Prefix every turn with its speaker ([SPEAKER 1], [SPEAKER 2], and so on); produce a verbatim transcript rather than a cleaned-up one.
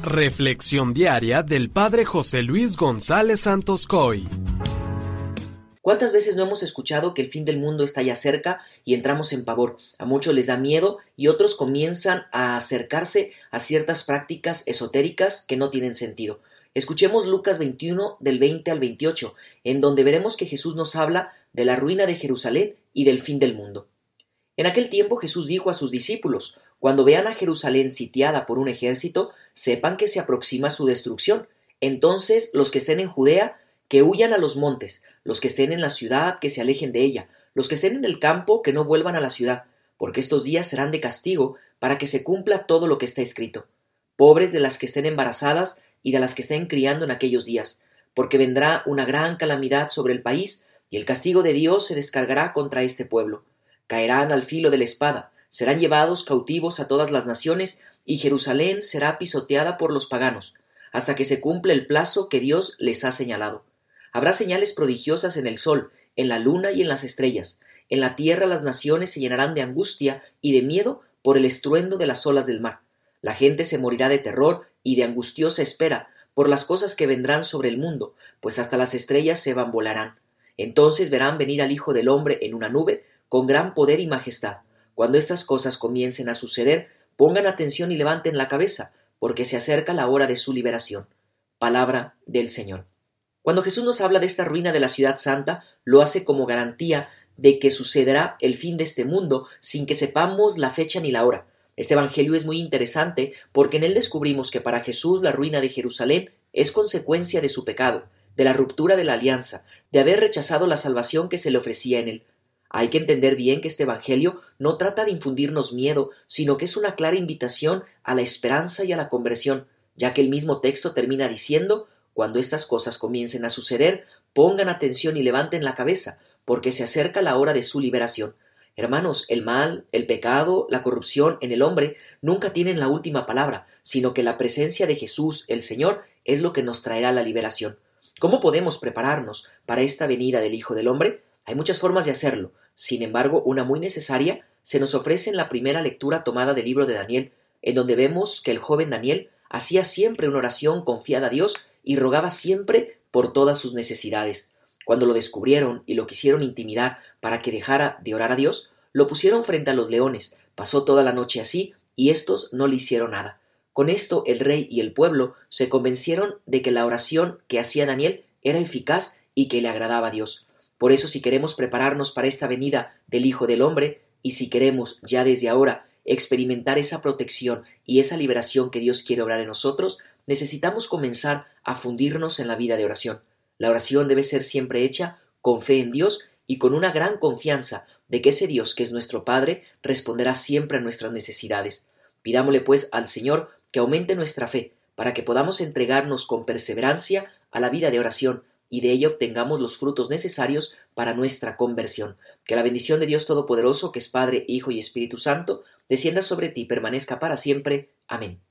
[SPEAKER 1] Reflexión diaria del Padre José Luis González Santos Coy.
[SPEAKER 2] ¿Cuántas veces no hemos escuchado que el fin del mundo está ya cerca y entramos en pavor? A muchos les da miedo y otros comienzan a acercarse a ciertas prácticas esotéricas que no tienen sentido. Escuchemos Lucas veintiuno del veinte al veintiocho, en donde veremos que Jesús nos habla de la ruina de Jerusalén y del fin del mundo. En aquel tiempo Jesús dijo a sus discípulos: cuando vean a Jerusalén sitiada por un ejército, sepan que se aproxima su destrucción. Entonces los que estén en Judea, que huyan a los montes; los que estén en la ciudad, que se alejen de ella; los que estén en el campo, que no vuelvan a la ciudad, porque estos días serán de castigo, para que se cumpla todo lo que está escrito. Pobres de las que estén embarazadas y de las que estén criando en aquellos días, porque vendrá una gran calamidad sobre el país, y el castigo de Dios se descargará contra este pueblo. Caerán al filo de la espada, serán llevados cautivos a todas las naciones, y Jerusalén será pisoteada por los paganos, hasta que se cumpla el plazo que Dios les ha señalado. Habrá señales prodigiosas en el sol, en la luna y en las estrellas. En la tierra las naciones se llenarán de angustia y de miedo por el estruendo de las olas del mar. La gente se morirá de terror y de angustiosa espera por las cosas que vendrán sobre el mundo, pues hasta las estrellas se bambolarán. Entonces verán venir al Hijo del Hombre en una nube, con gran poder y majestad. Cuando estas cosas comiencen a suceder, pongan atención y levanten la cabeza, porque se acerca la hora de su liberación. Palabra del Señor. Cuando Jesús nos habla de esta ruina de la ciudad santa, lo hace como garantía de que sucederá el fin de este mundo sin que sepamos la fecha ni la hora. Este evangelio es muy interesante porque en él descubrimos que para Jesús la ruina de Jerusalén es consecuencia de su pecado, de la ruptura de la alianza, de haber rechazado la salvación que se le ofrecía en él. Hay que entender bien que este evangelio no trata de infundirnos miedo, sino que es una clara invitación a la esperanza y a la conversión, ya que el mismo texto termina diciendo: cuando estas cosas comiencen a suceder, pongan atención y levanten la cabeza, porque se acerca la hora de su liberación. Hermanos, el mal, el pecado, la corrupción en el hombre nunca tienen la última palabra, sino que la presencia de Jesús, el Señor, es lo que nos traerá la liberación. ¿Cómo podemos prepararnos para esta venida del Hijo del Hombre? Hay muchas formas de hacerlo. Sin embargo, una muy necesaria se nos ofrece en la primera lectura tomada del libro de Daniel, en donde vemos que el joven Daniel hacía siempre una oración confiada a Dios y rogaba siempre por todas sus necesidades. Cuando lo descubrieron y lo quisieron intimidar para que dejara de orar a Dios, lo pusieron frente a los leones. Pasó toda la noche así y éstos no le hicieron nada. Con esto el rey y el pueblo se convencieron de que la oración que hacía Daniel era eficaz y que le agradaba a Dios. Por eso, si queremos prepararnos para esta venida del Hijo del Hombre, y si queremos ya desde ahora experimentar esa protección y esa liberación que Dios quiere obrar en nosotros, necesitamos comenzar a fundirnos en la vida de oración. La oración debe ser siempre hecha con fe en Dios y con una gran confianza de que ese Dios, que es nuestro Padre, responderá siempre a nuestras necesidades. Pidámosle pues al Señor que aumente nuestra fe, para que podamos entregarnos con perseverancia a la vida de oración y de ella obtengamos los frutos necesarios para nuestra conversión. Que la bendición de Dios Todopoderoso, que es Padre, Hijo y Espíritu Santo, descienda sobre ti y permanezca para siempre. Amén.